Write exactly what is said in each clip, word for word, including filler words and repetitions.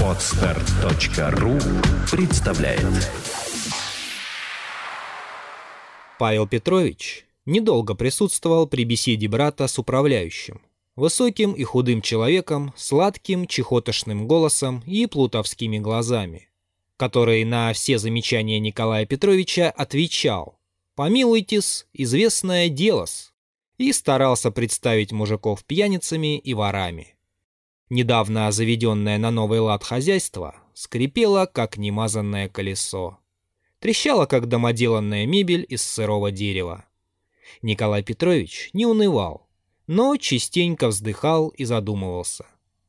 Подстер точка ру представляет. Павел Петрович недолго присутствовал при беседе брата с управляющим, высоким и худым человеком, сладким чехотошным голосом и плутовскими глазами, который на все замечания Николая Петровича отвечал: «Помилуйтесь, известное дело-с», и старался представить мужиков пьяницами и ворами. Недавно заведенное на новый лад хозяйство скрипело, как немазанное колесо. Трещала, как домоделанная мебель из сырого дерева. Николай Петрович не унывал, но частенько вздыхал и задумывался.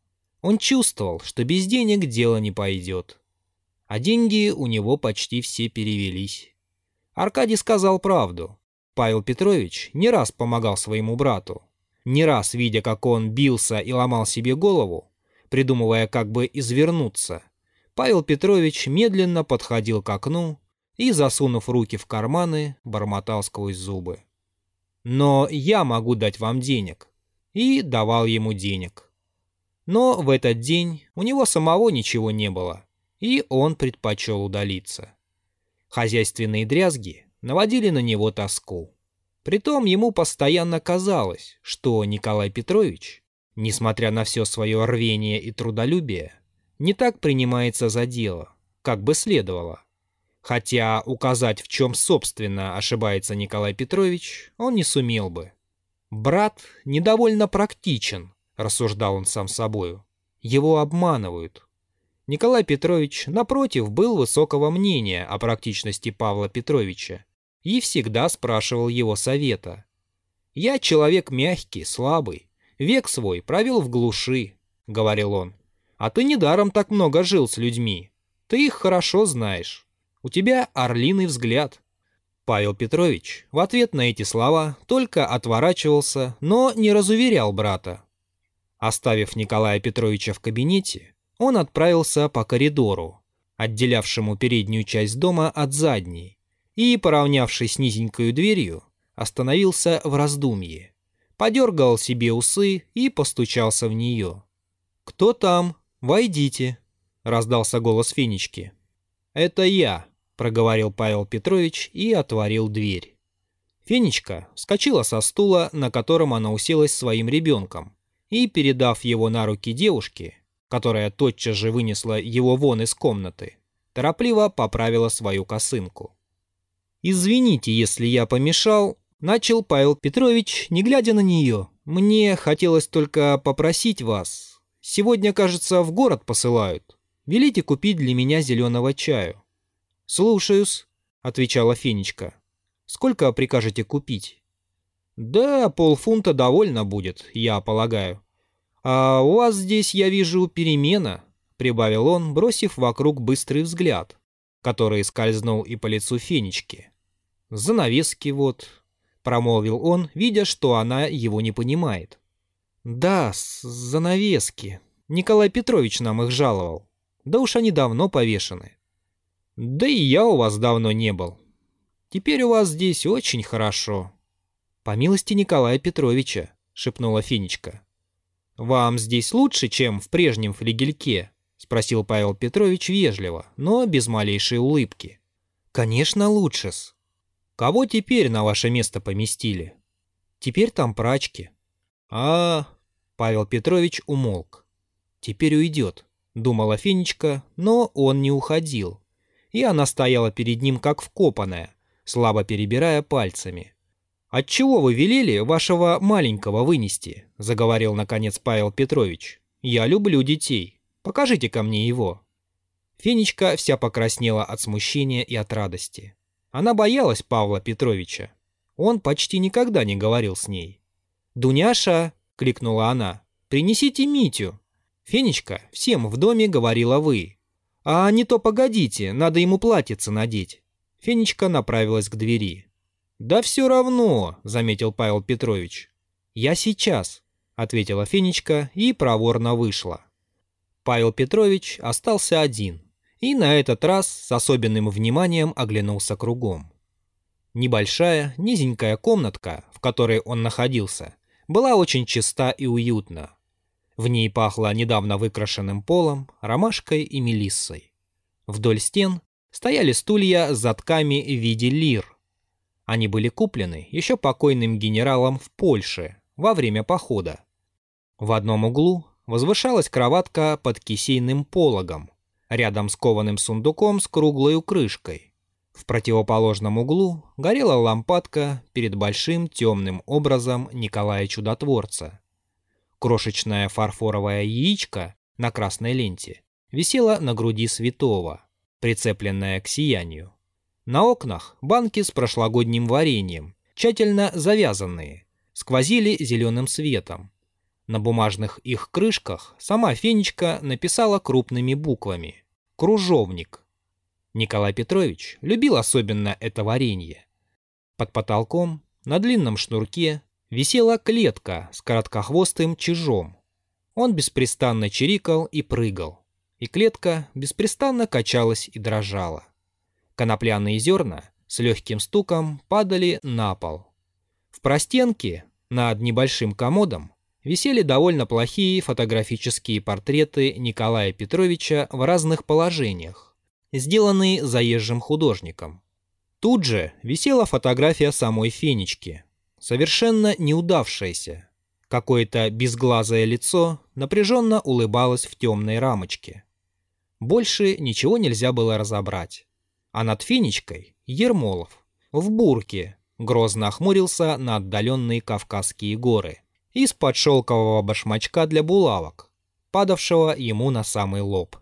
Он чувствовал, что без денег дело не пойдет. А деньги у него почти все перевелись. Аркадий сказал правду. Павел Петрович не раз помогал своему брату. Не раз, видя, как он бился и ломал себе голову, придумывая, как бы извернуться, Павел Петрович медленно подходил к окну и, засунув руки в карманы, бормотал сквозь зубы: «Но я могу дать вам денег», и давал ему денег. Но в этот день у него самого ничего не было, и он предпочел удалиться. Хозяйственные дрязги наводили на него тоску. Притом ему постоянно казалось, что Николай Петрович, несмотря на все свое рвение и трудолюбие, не так принимается за дело, как бы следовало. Хотя указать, в чем собственно ошибается Николай Петрович, он не сумел бы. «Брат недовольно практичен», — рассуждал он сам собою. «Его обманывают». Николай Петрович, напротив, был высокого мнения о практичности Павла Петровича и всегда спрашивал его совета. «Я человек мягкий, слабый, век свой провел в глуши», — говорил он. «А ты недаром так много жил с людьми. Ты их хорошо знаешь. У тебя орлиный взгляд». Павел Петрович в ответ на эти слова только отворачивался, но не разуверял брата. Оставив Николая Петровича в кабинете, он отправился по коридору, отделявшему переднюю часть дома от задней, и, поравнявшись с низенькою дверью, остановился в раздумье, подергал себе усы и постучался в нее. «Кто там? Войдите!» — раздался голос Фенечки. «Это я», — проговорил Павел Петрович и отворил дверь. Фенечка вскочила со стула, на котором она уселась своим ребенком, и, передав его на руки девушке, которая тотчас же вынесла его вон из комнаты, торопливо поправила свою косынку. «Извините, если я помешал», — начал Павел Петрович, не глядя на нее. «Мне хотелось только попросить вас. Сегодня, кажется, в город посылают. Велите купить для меня зеленого чаю». «Слушаюсь», — отвечала Фенечка. «Сколько прикажете купить?» «Да, полфунта довольно будет, я полагаю. А у вас здесь, я вижу, перемена», — прибавил он, бросив вокруг быстрый взгляд, который скользнул и по лицу Фенечки. «Занавески вот», — промолвил он, видя, что она его не понимает. «Да, занавески. Николай Петрович нам их жаловал. Да уж они давно повешены». «Да и я у вас давно не был. Теперь у вас здесь очень хорошо». «По милости Николая Петровича», — шепнула Фенечка. «Вам здесь лучше, чем в прежнем флигельке?» — спросил Павел Петрович вежливо, но без малейшей улыбки. «Конечно, лучше-с». «Кого теперь на ваше место поместили?» «Теперь там прачки». А, -а, -а Павел Петрович умолк. «Теперь уйдет», — думала Фенечка, но он не уходил. И она стояла перед ним как вкопанная, слабо перебирая пальцами. «Отчего вы велели вашего маленького вынести?» — заговорил наконец Павел Петрович. «Я люблю детей. Покажите ко мне его». Фенечка вся покраснела от смущения и от радости. Она боялась Павла Петровича. Он почти никогда не говорил с ней. «Дуняша!» — кликнула она. «Принесите Митю!» Фенечка всем в доме говорила «вы». «А не то погодите, надо ему платьице надеть». Фенечка направилась к двери. «Да все равно», — заметил Павел Петрович. «Я сейчас», — ответила Фенечка и проворно вышла. Павел Петрович остался один и на этот раз с особенным вниманием оглянулся кругом. Небольшая, низенькая комнатка, в которой он находился, была очень чиста и уютна. В ней пахло недавно выкрашенным полом, ромашкой и мелиссой. Вдоль стен стояли стулья с задками в виде лир. Они были куплены еще покойным генералом в Польше во время похода. В одном углу возвышалась кроватка под кисейным пологом, рядом с кованым сундуком с круглой крышкой. В противоположном углу горела лампадка перед большим темным образом Николая Чудотворца. Крошечное фарфоровое яичко на красной ленте висело на груди святого, прицепленное к сиянию. На окнах банки с прошлогодним вареньем, тщательно завязанные, сквозили зеленым светом. На бумажных их крышках сама Фенечка написала крупными буквами «Кружовник». Николай Петрович любил особенно это варенье. Под потолком, на длинном шнурке, висела клетка с короткохвостым чижом. Он беспрестанно чирикал и прыгал, и клетка беспрестанно качалась и дрожала. Конопляные зерна с легким стуком падали на пол. В простенке над небольшим комодом висели довольно плохие фотографические портреты Николая Петровича в разных положениях, сделанные заезжим художником. Тут же висела фотография самой Фенечки, совершенно неудавшееся. Какое-то безглазое лицо напряженно улыбалось в темной рамочке. Больше ничего нельзя было разобрать. А над Фенечкой Ермолов в бурке грозно охмурился на отдаленные Кавказские горы из-под шелкового башмачка для булавок, падавшего ему на самый лоб.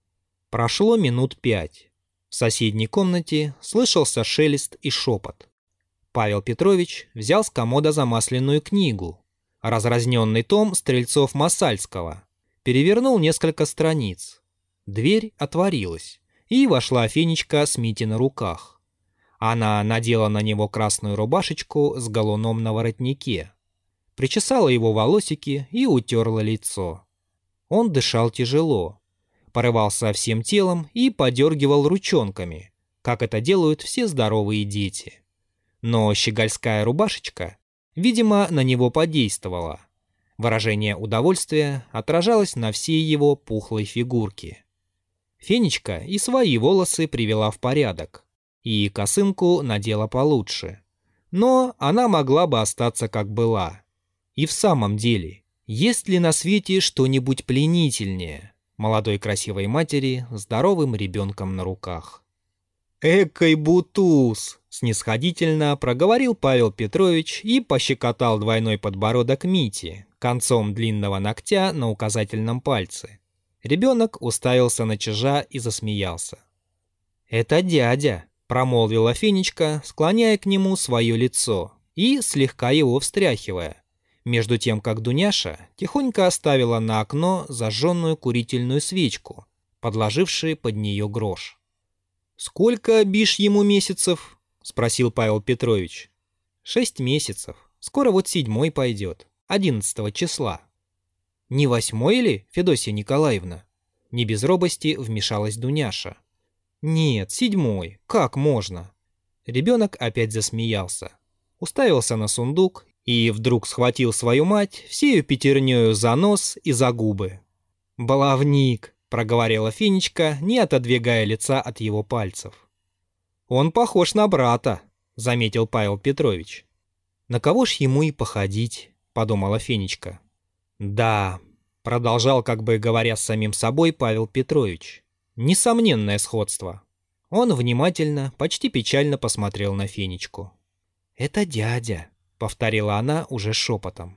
Прошло минут пять. В соседней комнате слышался шелест и шепот. Павел Петрович взял с комода замасленную книгу, разразненный том Стрельцов-Масальского, перевернул несколько страниц. Дверь отворилась, и вошла Фенечка с Митей на руках. Она надела на него красную рубашечку с галуном на воротнике, причесала его волосики и утерла лицо. Он дышал тяжело, порывался всем телом и подергивал ручонками, как это делают все здоровые дети. Но щегольская рубашечка, видимо, на него подействовала. Выражение удовольствия отражалось на всей его пухлой фигурке. Фенечка и свои волосы привела в порядок, и косынку надела получше. Но она могла бы остаться как была. И в самом деле, есть ли на свете что-нибудь пленительнее молодой красивой матери с здоровым ребенком на руках? «Экой бутуз!» — снисходительно проговорил Павел Петрович и пощекотал двойной подбородок Мити концом длинного ногтя на указательном пальце. Ребенок уставился на чижа и засмеялся. «Это дядя!» — промолвила Фенечка, склоняя к нему свое лицо и слегка его встряхивая, между тем как Дуняша тихонько оставила на окно зажженную курительную свечку, подложивший под нее грош. «Сколько, бишь, ему месяцев?» — спросил Павел Петрович. «Шесть месяцев. Скоро вот седьмой пойдет, одиннадцатого числа». «Не восьмой ли, Федосья Николаевна?» Не без робости вмешалась Дуняша. «Нет, седьмой. Как можно?» Ребенок опять засмеялся, уставился на сундук и вдруг схватил свою мать всею пятернёю за нос и за губы. «Баловник!» — проговорила Фенечка, не отодвигая лица от его пальцев. «Он похож на брата», — заметил Павел Петрович. «На кого ж ему и походить?» — подумала Фенечка. «Да», — продолжал, как бы говоря с самим собой, Павел Петрович. «Несомненное сходство». Он внимательно, почти печально посмотрел на Фенечку. «Это дядя», — повторила она уже шепотом.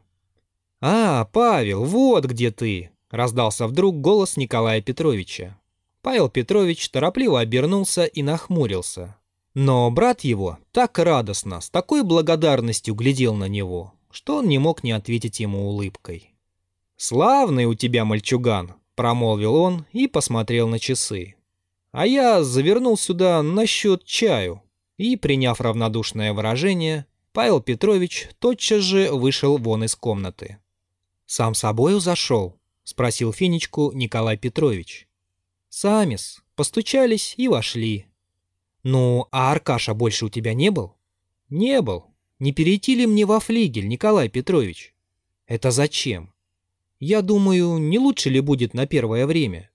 «А, Павел, вот где ты!» — раздался вдруг голос Николая Петровича. Павел Петрович торопливо обернулся и нахмурился. Но брат его так радостно, с такой благодарностью глядел на него, что он не мог не ответить ему улыбкой. «Славный у тебя мальчуган», — промолвил он и посмотрел на часы. «А я завернул сюда насчет чаю». И, приняв равнодушное выражение, Павел Петрович тотчас же вышел вон из комнаты. «Сам собою зашел?» — спросил Фенечку Николай Петрович. «Сами-с, постучались и вошли». «Ну, а Аркаша больше у тебя не был?» «Не был. Не перейти ли мне во флигель, Николай Петрович?» «Это зачем?» Я думаю, не лучше ли будет на первое время?»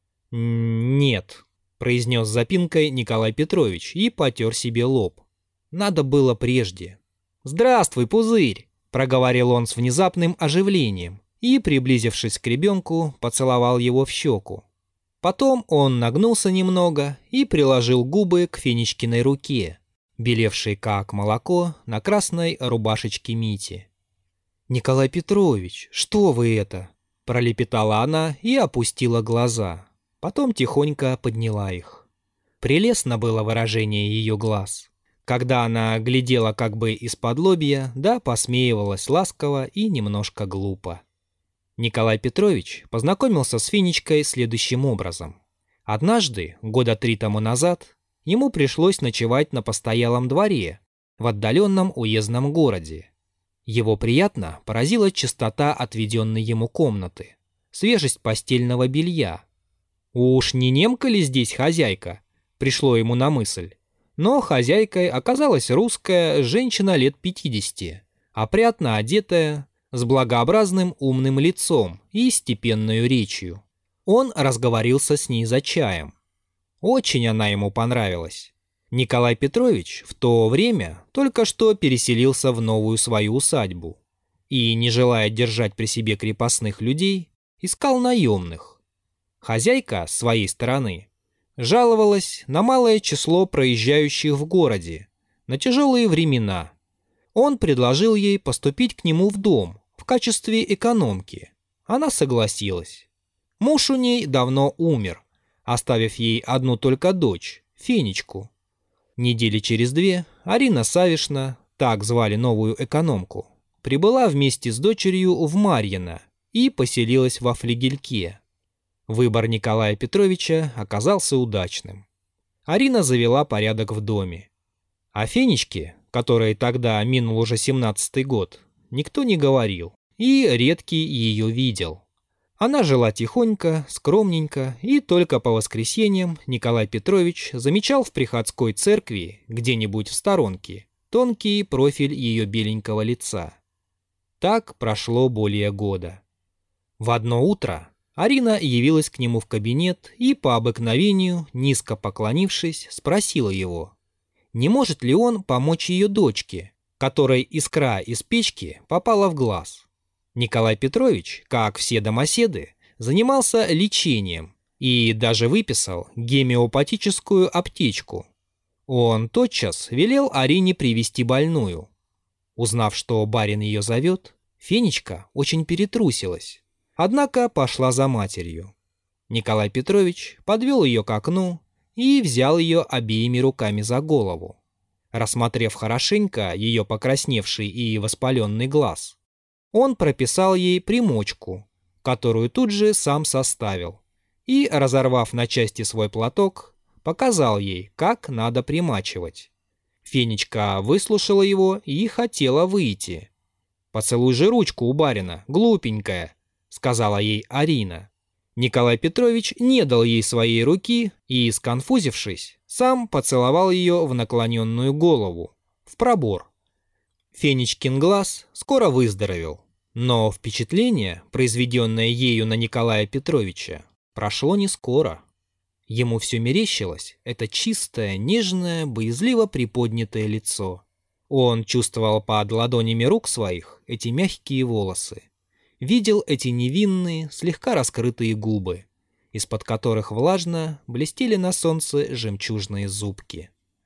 «Нет», — произнес с запинкой Николай Петрович и потер себе лоб. «Надо было прежде». «Здравствуй, Пузырь!» — проговорил он с внезапным оживлением и, приблизившись к ребенку, поцеловал его в щеку. Потом он нагнулся немного и приложил губы к Фенечкиной руке, белевшей как молоко на красной рубашечке Мити. «Николай Петрович, что вы это?» — пролепетала она и опустила глаза. Потом тихонько подняла их. Прелестно было выражение ее глаз, когда она глядела как бы из-под лобья, да посмеивалась ласково и немножко глупо. Николай Петрович познакомился с Фенечкой следующим образом. Однажды, года три тому назад, ему пришлось ночевать на постоялом дворе в отдаленном уездном городе. Его приятно поразила чистота отведенной ему комнаты, свежесть постельного белья. Уж не немка ли здесь хозяйка? Пришло ему на мысль. Но хозяйкой оказалась русская женщина лет пятидесяти, опрятно одетая, с благообразным умным лицом и степенною речью. Он разговорился с ней за чаем. Очень она ему понравилась. Николай Петрович в то время только что переселился в новую свою усадьбу и, не желая держать при себе крепостных людей, искал наемных. Хозяйка, с своей стороны, жаловалась на малое число проезжающих в городе, на тяжелые времена. Он предложил ей поступить к нему в дом в качестве экономки. Она согласилась. Муж у ней давно умер, оставив ей одну только дочь, Фенечку. Недели через две Арина Савишна, так звали новую экономку, прибыла вместе с дочерью в Марьино и поселилась во флигельке. Выбор Николая Петровича оказался удачным. Арина завела порядок в доме. О Фенечке, которой тогда минул уже семнадцатый год, никто не говорил и редкий ее видел. Она жила тихонько, скромненько, и только по воскресеньям Николай Петрович замечал в приходской церкви, где-нибудь в сторонке, тонкий профиль ее беленького лица. Так прошло более года. В одно утро Арина явилась к нему в кабинет и по обыкновению, низко поклонившись, спросила его, не может ли он помочь ее дочке, которой искра из печки попала в глаз. Николай Петрович, как все домоседы, занимался лечением и даже выписал гомеопатическую аптечку. Он тотчас велел Арине привести больную. Узнав, что барин ее зовет, Фенечка очень перетрусилась, однако пошла за матерью. Николай Петрович подвел ее к окну и взял ее обеими руками за голову. Рассмотрев хорошенько ее покрасневший и воспаленный глаз, он прописал ей примочку, которую тут же сам составил, и, разорвав на части свой платок, показал ей, как надо примачивать. Фенечка выслушала его и хотела выйти. «Поцелуй же ручку у барина, глупенькая», — сказала ей Арина. Николай Петрович не дал ей своей руки и, сконфузившись, сам поцеловал ее в наклоненную голову, в пробор. Фенечкин глаз скоро выздоровел, но впечатление, произведенное ею на Николая Петровича, прошло не скоро. Ему все мерещилось это чистое, нежное, боязливо приподнятое лицо. Он чувствовал под ладонями рук своих эти мягкие волосы, видел эти невинные, слегка раскрытые губы, из-под которых влажно блестели на солнце жемчужные зубки.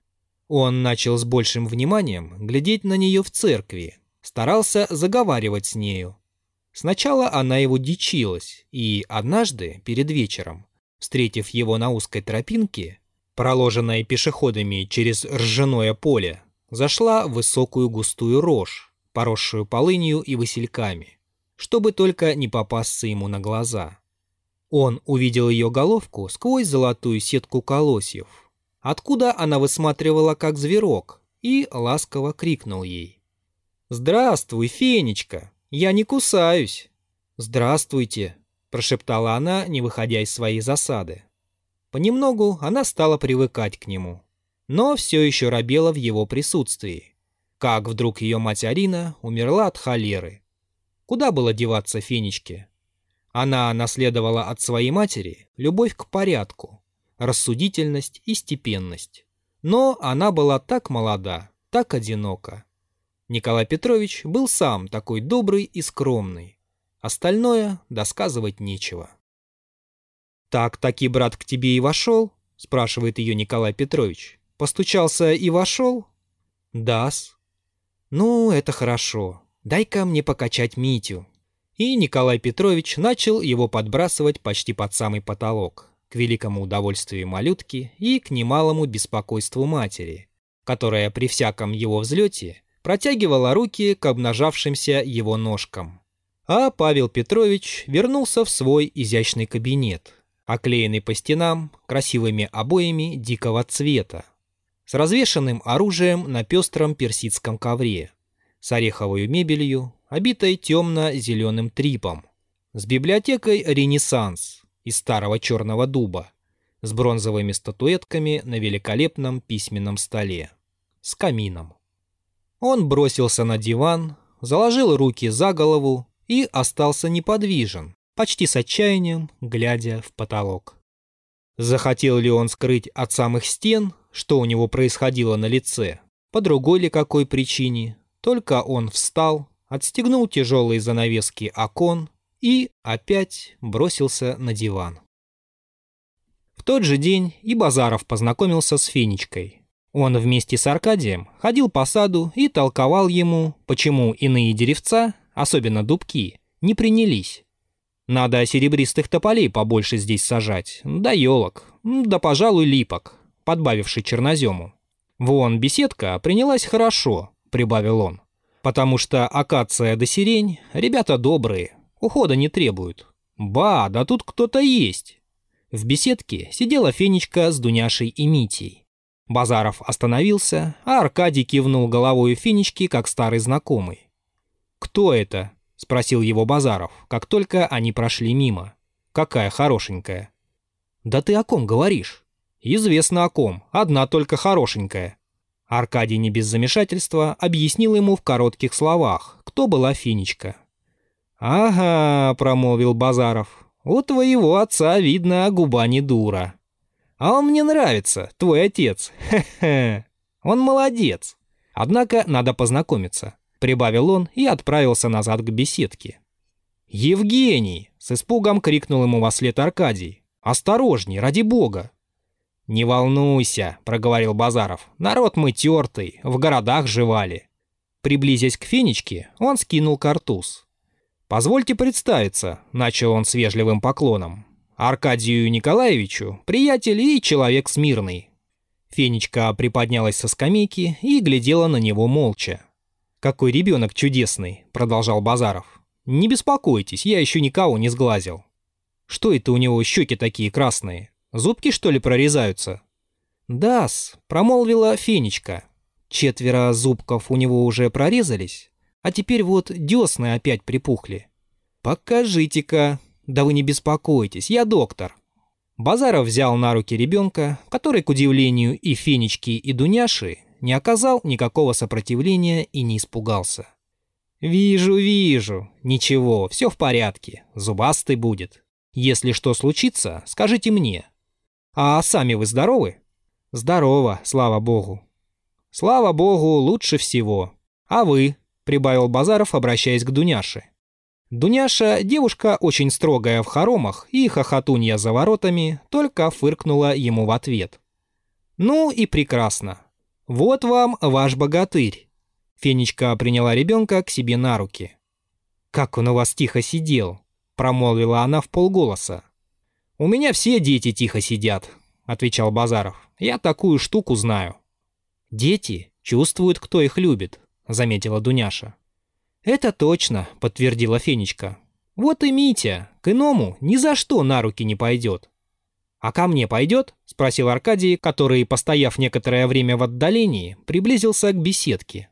Он начал с большим вниманием глядеть на нее в церкви, старался заговаривать с нею. Сначала она его дичилась, и однажды, перед вечером, встретив его на узкой тропинке, проложенной пешеходами через ржаное поле, зашла в высокую густую рожь, поросшую полынью и васильками, чтобы только не попасться ему на глаза. Он увидел ее головку сквозь золотую сетку колосьев, откуда она высматривала как зверок, и ласково крикнул ей: «Здравствуй, Фенечка, я не кусаюсь!» «Здравствуйте!» – прошептала она, не выходя из своей засады. Понемногу она стала привыкать к нему, но все еще робела в его присутствии, как вдруг ее мать Арина умерла от холеры. Куда было деваться Фенечке? Она наследовала от своей матери любовь к порядку, рассудительность и степенность. Но она была так молода, так одинока. Николай Петрович был сам такой добрый и скромный. Остальное досказывать нечего. «Так-таки брат к тебе и вошел?» — спрашивает ее Николай Петрович. «Постучался и вошел?» «Да-с». «Ну, это хорошо. Дай-ка мне покачать Митю». И Николай Петрович начал его подбрасывать почти под самый потолок, к великому удовольствию малютки и к немалому беспокойству матери, которая при всяком его взлете протягивала руки к обнажавшимся его ножкам. А Павел Петрович вернулся в свой изящный кабинет, оклеенный по стенам красивыми обоями дикого цвета, с развешанным оружием на пестром персидском ковре, с ореховой мебелью, обитой темно-зеленым трипом, с библиотекой «Ренессанс» из старого черного дуба, с бронзовыми статуэтками на великолепном письменном столе, с камином. Он бросился на диван, заложил руки за голову и остался неподвижен, почти с отчаянием, глядя в потолок. Захотел ли он скрыть от самых стен, что у него происходило на лице, по другой ли какой причине, только он встал, отстегнул тяжелые занавески окон и опять бросился на диван. В тот же день и Базаров познакомился с Фенечкой. Он вместе с Аркадием ходил по саду и толковал ему, почему иные деревца, особенно дубки, не принялись. Надо серебристых тополей побольше здесь сажать, да елок, да, пожалуй, липок, подбавивший чернозему. Вон, беседка принялась хорошо, прибавил он, потому что акация да сирень — ребята добрые, ухода не требуют. Ба, да тут кто-то есть. В беседке сидела Фенечка с Дуняшей и Митей. Базаров остановился, а Аркадий кивнул головой Фенечки, как старый знакомый. «Кто это?» — спросил его Базаров, как только они прошли мимо. «Какая хорошенькая». «Да ты о ком говоришь?» «Известно о ком, одна только хорошенькая». Аркадий не без замешательства объяснил ему в коротких словах, кто была Фенечка. «Ага», — промолвил Базаров, — «у твоего отца, видно, губа не дура. А он мне нравится, твой отец, хе-хе, он молодец. Однако надо познакомиться», — прибавил он и отправился назад к беседке. «Евгений!» — с испугом крикнул ему вослед Аркадий. «Осторожней, ради бога!» «Не волнуйся», — проговорил Базаров, — «народ мы тертый, в городах жевали». Приблизясь к Фенечке, он скинул картуз. «Позвольте представиться», — начал он с вежливым поклоном. «Аркадию Николаевичу, приятель и человек смирный». Фенечка приподнялась со скамейки и глядела на него молча. «Какой ребенок чудесный», — продолжал Базаров. «Не беспокойтесь, я еще никого не сглазил». «Что это у него щеки такие красные? Зубки, что ли, прорезаются?» «Да-с», — промолвила Фенечка. «Четверо зубков у него уже прорезались, а теперь вот десны опять припухли». «Покажите-ка». «Да вы не беспокойтесь, я доктор». Базаров взял на руки ребенка, который, к удивлению и Фенечки, и Дуняши, не оказал никакого сопротивления и не испугался. «Вижу, вижу. Ничего, все в порядке. Зубастый будет. Если что случится, скажите мне. А сами вы здоровы?» «Здорово, слава богу». «Слава богу, лучше всего. А вы?» — прибавил Базаров, обращаясь к Дуняше. Дуняша, девушка очень строгая в хоромах и хохотунья за воротами, только фыркнула ему в ответ. «Ну и прекрасно. Вот вам ваш богатырь». Фенечка приняла ребенка к себе на руки. «Как он у вас тихо сидел», — промолвила она вполголоса. «У меня все дети тихо сидят», — отвечал Базаров. «Я такую штуку знаю». «Дети чувствуют, кто их любит», — заметила Дуняша. «Это точно», — подтвердила Фенечка. «Вот и Митя, к иному ни за что на руки не пойдет». «А ко мне пойдет?» — спросил Аркадий, который, постояв некоторое время в отдалении, приблизился к беседке.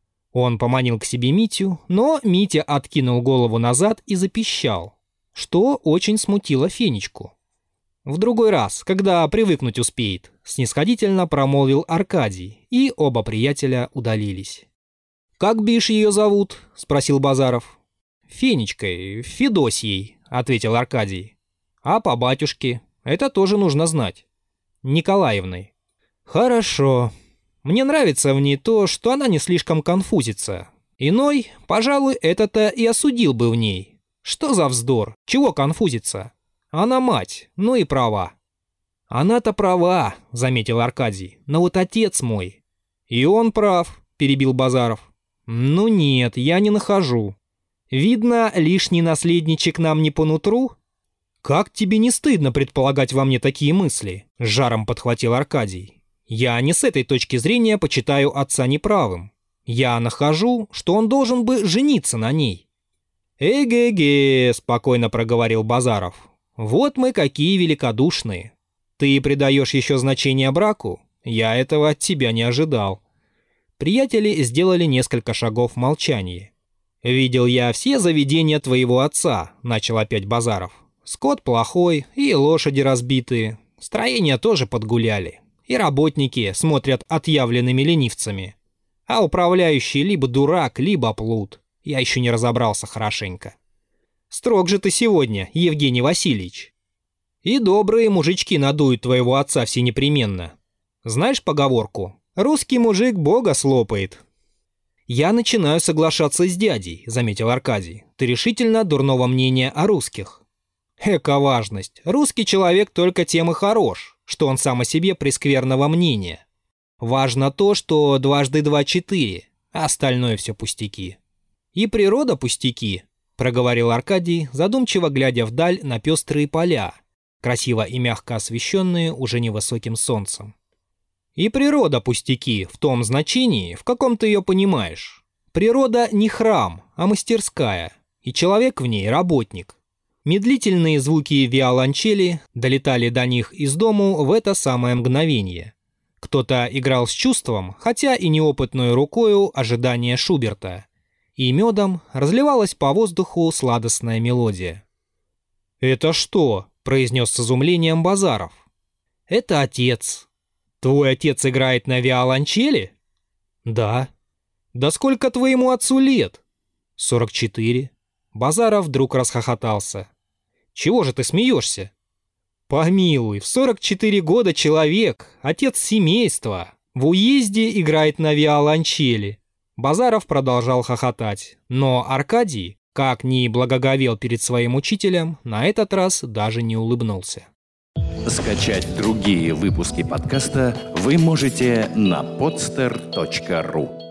Он поманил к себе Митю, но Митя откинул голову назад и запищал, что очень смутило Фенечку. «В другой раз, когда привыкнуть успеет», — снисходительно промолвил Аркадий, и оба приятеля удалились. «Как бишь ее зовут?» — спросил Базаров. «Фенечкой, Федосьей», — — ответил Аркадий. «А по батюшке? Это тоже нужно знать». «Николаевной». «Хорошо. Мне нравится в ней то, что она не слишком конфузится. Иной, пожалуй, это-то и осудил бы в ней. Что за вздор? Чего конфузится? Она мать, ну и права». «Она-то права», — заметил Аркадий, — «но вот отец мой». «И он прав», — перебил Базаров. «Ну нет, я не нахожу. Видно, лишний наследничек нам не по нутру?» «Как тебе не стыдно предполагать во мне такие мысли?» — с жаром подхватил Аркадий. «Я не с этой точки зрения почитаю отца неправым. Я нахожу, что он должен бы жениться на ней». «Эге-ге», — спокойно проговорил Базаров. «Вот мы какие великодушные. Ты придаешь еще значение браку? Я этого от тебя не ожидал». Приятели сделали несколько шагов в молчании. «Видел я все заведения твоего отца», — начал опять Базаров. «Скот плохой, и лошади разбитые. Строения тоже подгуляли. И работники смотрят отъявленными ленивцами. А управляющий либо дурак, либо плут. Я еще не разобрался хорошенько. Строг же ты сегодня, Евгений Васильевич. И добрые мужички надуют твоего отца всенепременно. Знаешь поговорку? Русский мужик бога слопает». «Я начинаю соглашаться с дядей», — заметил Аркадий. «Ты решительно дурного мнения о русских». «Эка важность. Русский человек только тем и хорош, что он сам о себе прескверного мнения. Важно то, что дважды два — четыре, а остальное все пустяки». «И природа пустяки», — проговорил Аркадий, задумчиво глядя вдаль на пестрые поля, красиво и мягко освещенные уже невысоким солнцем. «И природа пустяки в том значении, в каком ты ее понимаешь. Природа не храм, а мастерская, и человек в ней работник». Медлительные звуки виолончели долетали до них из дому в это самое мгновение. Кто-то играл с чувством, хотя и неопытной рукою ожидания Шуберта, и медом разливалась по воздуху сладостная мелодия. «Это что?» — произнес с изумлением Базаров. «Это отец». «Твой отец играет на виолончели?» «Да». «Да сколько твоему отцу лет?» «Сорок четыре». Базаров вдруг расхохотался. «Чего же ты смеешься?» «Помилуй, в сорок четыре года человек, отец семейства, в уезде играет на виолончели». Базаров продолжал хохотать, но Аркадий, как ни благоговел перед своим учителем, на этот раз даже не улыбнулся. Скачать другие выпуски подкаста вы можете на podster точка ру.